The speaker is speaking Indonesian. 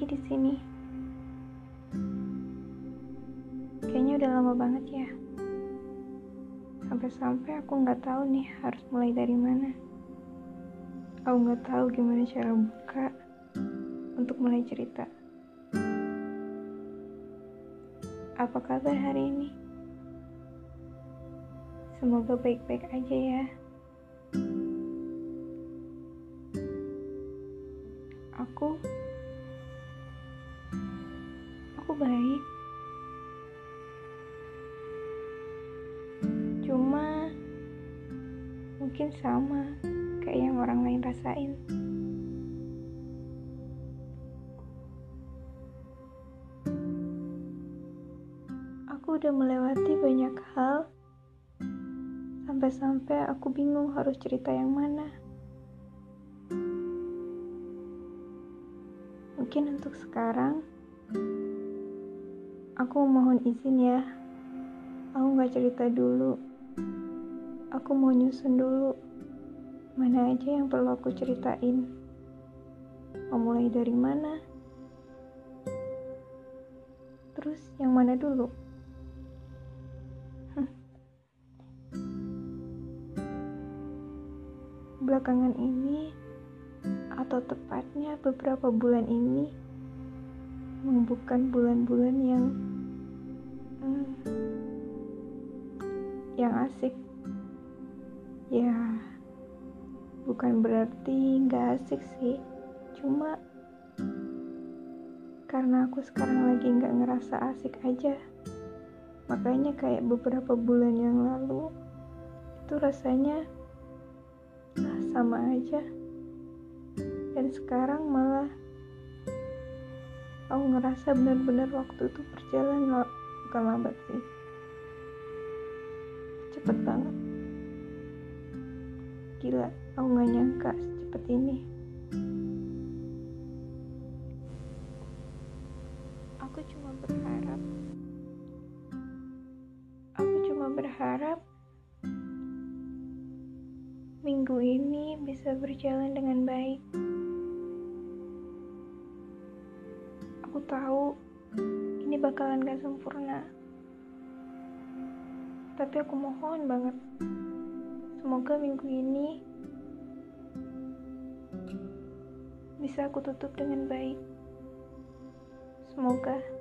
di sini. Kayaknya udah lama banget ya. Sampai-sampai aku nggak tahu nih harus mulai dari mana. Aku nggak tahu gimana cara buka untuk mulai cerita. Apa kabar hari ini? Semoga baik-baik aja ya. Aku baik. Cuma mungkin sama kayak yang orang lain rasain. Aku udah melewati banyak hal, sampai-sampai aku bingung harus cerita yang mana. Mungkin untuk sekarang, aku mohon izin ya. Aku gak cerita dulu. Aku mau nyusun dulu mana aja yang perlu aku ceritain. Mau mulai dari mana? Terus yang mana dulu? Belakangan ini, atau tepatnya beberapa bulan ini, bukan bulan-bulan yang asik. Ya, bukan berarti gak asik sih, cuma karena aku sekarang lagi gak ngerasa asik aja. Makanya kayak beberapa bulan yang lalu itu rasanya sama aja. Dan sekarang malah aku ngerasa benar-benar waktu itu berjalan bukan lambat sih, cepet banget. Gila, aku gak nyangka secepat ini. Aku cuma berharap minggu ini bisa berjalan dengan baik. Aku tahu ini bakalan gak sempurna, tapi aku mohon banget, semoga minggu ini bisa aku tutup dengan baik. Semoga.